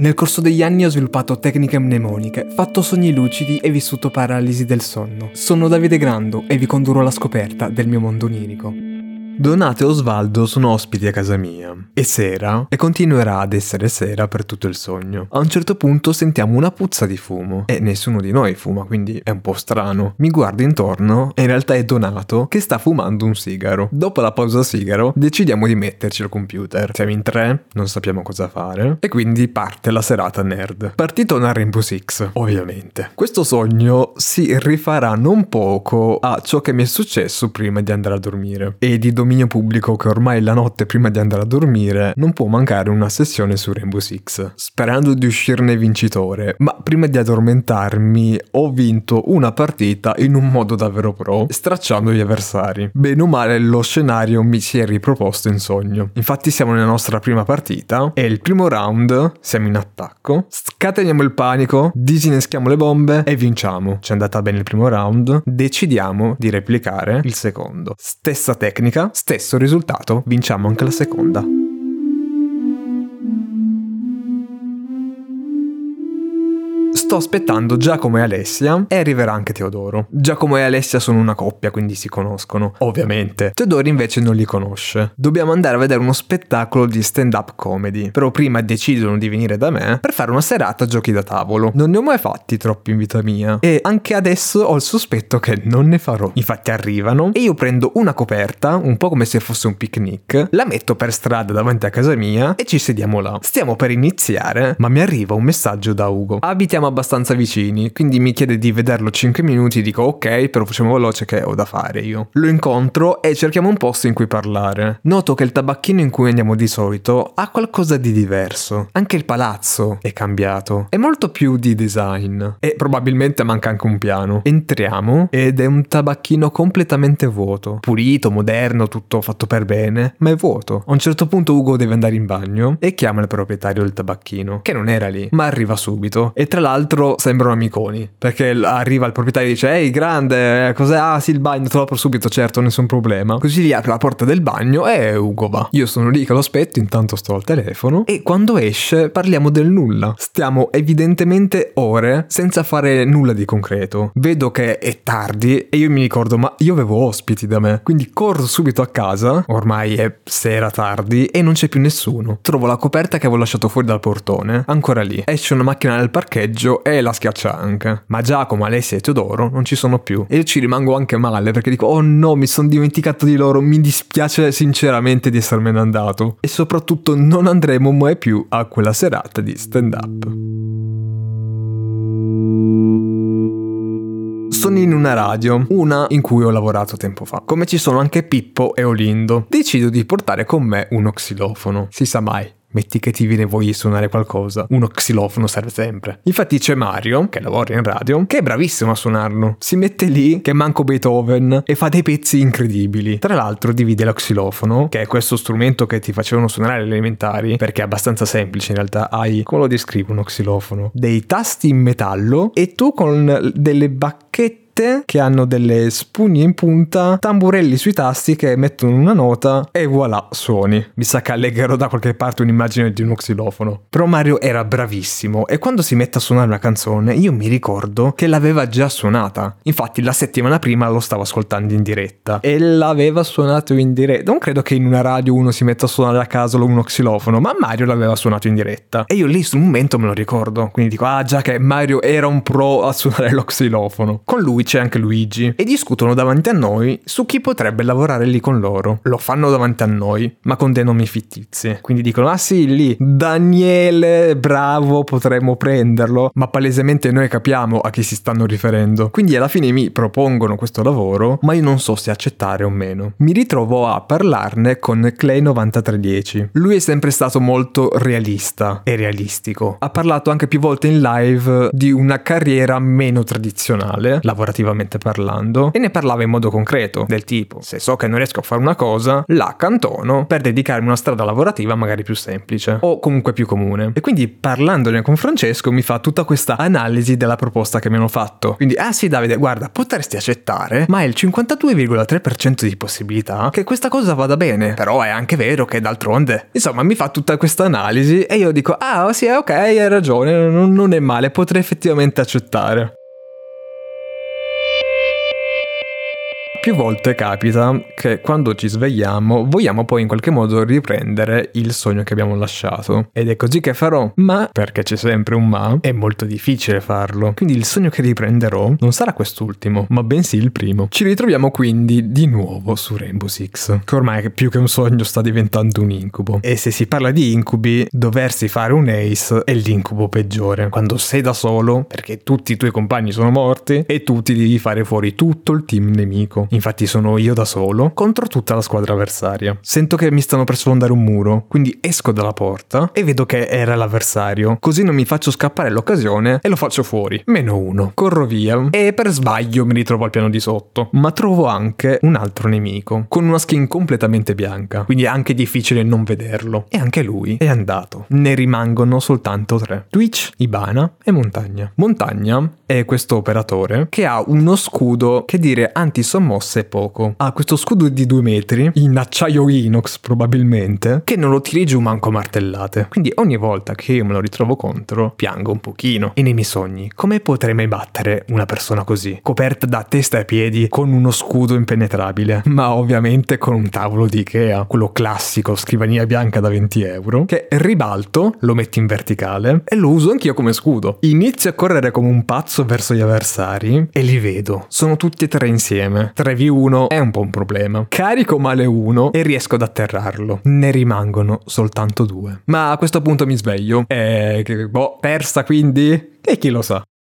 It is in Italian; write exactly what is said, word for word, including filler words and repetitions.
Nel corso degli anni ho sviluppato tecniche mnemoniche, fatto sogni lucidi e vissuto paralisi del sonno. Sono Davide Grando e vi condurrò alla scoperta del mio mondo onirico. Donato e Osvaldo sono ospiti a casa mia. È sera e continuerà ad essere sera per tutto il sogno. A un certo punto sentiamo una puzza di fumo e nessuno di noi fuma, quindi è un po' strano. Mi guardo intorno e in realtà è Donato che sta fumando un sigaro. Dopo la pausa sigaro decidiamo di metterci al computer. Siamo in tre, non sappiamo cosa fare e quindi parte la serata nerd. Partitona Rainbow Six, ovviamente. Questo sogno si rifarà non poco a ciò che mi è successo prima di andare a dormire e di dominio pubblico che ormai la notte prima di andare a dormire non può mancare una sessione su Rainbow Six, sperando di uscirne vincitore, ma prima di addormentarmi ho vinto una partita in un modo davvero pro, stracciando gli avversari. Bene o male lo scenario mi si è riproposto in sogno. Infatti siamo nella nostra prima partita e il primo round siamo in attacco, scateniamo il panico, disinneschiamo le bombe e vinciamo. Ci è andata bene il primo round, decidiamo di replicare il secondo. Stessa tecnica, stesso risultato, vinciamo anche la seconda. Sto aspettando Giacomo e Alessia e arriverà anche Teodoro. Giacomo e Alessia sono una coppia, quindi si conoscono, ovviamente. Teodoro invece non li conosce. Dobbiamo andare a vedere uno spettacolo di stand-up comedy, però prima decidono di venire da me per fare una serata a giochi da tavolo. Non ne ho mai fatti troppi in vita mia e anche adesso ho il sospetto che non ne farò. Infatti arrivano e io prendo una coperta, un po' come se fosse un picnic, la metto per strada davanti a casa mia e ci sediamo là. Stiamo per iniziare, ma mi arriva un messaggio da Ugo. Abitiamo abbastanza vicini, quindi mi chiede di vederlo cinque minuti, dico ok, però facciamo veloce che ho da fare io. Lo incontro e cerchiamo un posto in cui parlare. Noto che il tabacchino in cui andiamo di solito ha qualcosa di diverso. Anche il palazzo è cambiato, è molto più di design e probabilmente manca anche un piano. Entriamo ed è un tabacchino completamente vuoto, pulito, moderno, tutto fatto per bene, ma è vuoto. A un certo punto Ugo deve andare in bagno e chiama il proprietario del tabacchino, che non era lì, ma arriva subito e tra l'altro sembrano amiconi, perché arriva il proprietario e dice ehi grande, cos'è? Ah sì, il bagno, te lo apro subito, certo, nessun problema. Così gli apre la porta del bagno e Ugo va. Io sono lì che lo aspetto, intanto sto al telefono e quando esce parliamo del nulla. Stiamo evidentemente ore senza fare nulla di concreto. Vedo che è tardi e io mi ricordo ma io avevo ospiti da me, quindi corro subito a casa, ormai è sera tardi e non c'è più nessuno. Trovo la coperta che avevo lasciato fuori dal portone, ancora lì. Esce una macchina nel parcheggio e la schiaccia anche. Ma Giacomo, Alessia e Teodoro non ci sono più. E io ci rimango anche male perché dico oh no, mi sono dimenticato di loro, mi dispiace sinceramente di essermene andato. E soprattutto non andremo mai più a quella serata di stand up. Sono in una radio, una in cui ho lavorato tempo fa. Come ci sono anche Pippo e Olindo, decido di portare con me uno xilofono. Si sa mai. Metti che ti viene voglia di suonare qualcosa, uno xilofono serve sempre. Infatti c'è Mario, che lavora in radio, che è bravissimo a suonarlo. Si mette lì, che manco Beethoven, e fa dei pezzi incredibili. Tra l'altro divide lo xilofono, che è questo strumento che ti facevano suonare alle elementari, perché è abbastanza semplice in realtà. Hai, come lo descrivo uno xilofono? Dei tasti in metallo e tu con delle bacchette che hanno delle spugne in punta, tamburelli sui tasti che mettono una nota e voilà, suoni. Mi sa che allegherò da qualche parte un'immagine di uno xilofono. Però Mario era bravissimo e quando si mette a suonare una canzone io mi ricordo che l'aveva già suonata. Infatti la settimana prima lo stavo ascoltando in diretta e l'aveva suonato in diretta. Non credo che in una radio uno si metta a suonare a caso uno xilofono, ma Mario l'aveva suonato in diretta e io lì sul momento me lo ricordo, quindi dico ah già che Mario era un pro a suonare lo xilofono. Con lui c'è anche Luigi e discutono davanti a noi su chi potrebbe lavorare lì con loro. Lo fanno davanti a noi, ma con dei nomi fittizi. Quindi dicono ah sì, lì Daniele, bravo, potremmo prenderlo, ma palesemente noi capiamo a chi si stanno riferendo. Quindi alla fine mi propongono questo lavoro, ma io non so se accettare o meno. Mi ritrovo a parlarne con Clay novantatré dieci. Lui è sempre stato molto realista e realistico. Ha parlato anche più volte in live di una carriera meno tradizionale, lavora lavorativamente parlando, e ne parlava in modo concreto, del tipo: se so che non riesco a fare una cosa, la accantono per dedicarmi a una strada lavorativa magari più semplice o comunque più comune. E quindi parlandone con Francesco mi fa tutta questa analisi della proposta che mi hanno fatto. Quindi, ah sì Davide, guarda, potresti accettare, ma è il cinquantadue virgola tre per cento di possibilità che questa cosa vada bene, però è anche vero che d'altronde, insomma, mi fa tutta questa analisi e io dico: ah sì, ok, hai ragione, non, non è male, potrei effettivamente accettare. Più volte capita che quando ci svegliamo vogliamo poi in qualche modo riprendere il sogno che abbiamo lasciato, ed è così che farò, ma, perché c'è sempre un ma, è molto difficile farlo. Quindi il sogno che riprenderò non sarà quest'ultimo, ma bensì il primo. Ci ritroviamo quindi di nuovo su Rainbow Six, che ormai più che un sogno sta diventando un incubo. E se si parla di incubi, doversi fare un ace è l'incubo peggiore, quando sei da solo perché tutti i tuoi compagni sono morti e tu ti devi fare fuori tutto il team nemico. Infatti sono io da solo contro tutta la squadra avversaria. Sento che mi stanno per sfondare un muro, quindi esco dalla porta e vedo che era l'avversario. Così non mi faccio scappare l'occasione e lo faccio fuori. Meno uno. Corro via e per sbaglio mi ritrovo al piano di sotto. Ma trovo anche un altro nemico, con una skin completamente bianca, quindi è anche difficile non vederlo. E anche lui è andato. Ne rimangono soltanto tre: Twitch, Ibana e Montagna. Montagna è questo operatore che ha uno scudo che dire antisommosse è poco. Ha questo scudo di due metri, in acciaio inox probabilmente, che non lo tiri giù manco a martellate. Quindi ogni volta che io me lo ritrovo contro, piango un pochino. E nei miei sogni, come potrei mai battere una persona così, coperta da testa e piedi, con uno scudo impenetrabile? Ma ovviamente con un tavolo di Ikea, quello classico, scrivania bianca da venti euro, che ribalto, lo metto in verticale e lo uso anch'io come scudo. Inizio a correre come un pazzo verso gli avversari e li vedo. Sono tutti e tre insieme. tre vu uno è un po' un problema. Carico male uno e riesco ad atterrarlo. Ne rimangono soltanto due. Ma a questo punto mi sveglio. E boh, persa quindi? E chi lo sa?